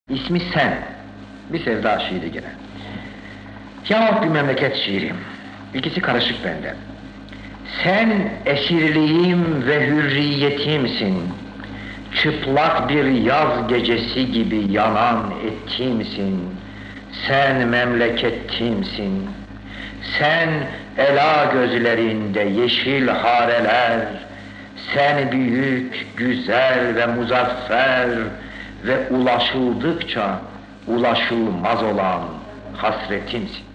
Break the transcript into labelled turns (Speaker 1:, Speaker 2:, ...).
Speaker 1: İsmi Sen, bir sevda şiiri gene. Yahut bir memleket şiiri. İkisi karışık bende. Sen esirliğim ve hürriyetimsin. Çıplak bir yaz gecesi gibi yanan ettimsin. Sen memleketimsin. Sen ela gözlerinde yeşil hareler. Sen büyük, güzel ve muzaffer ve ulaşıldıkça ulaşılmaz olan hasretimsin.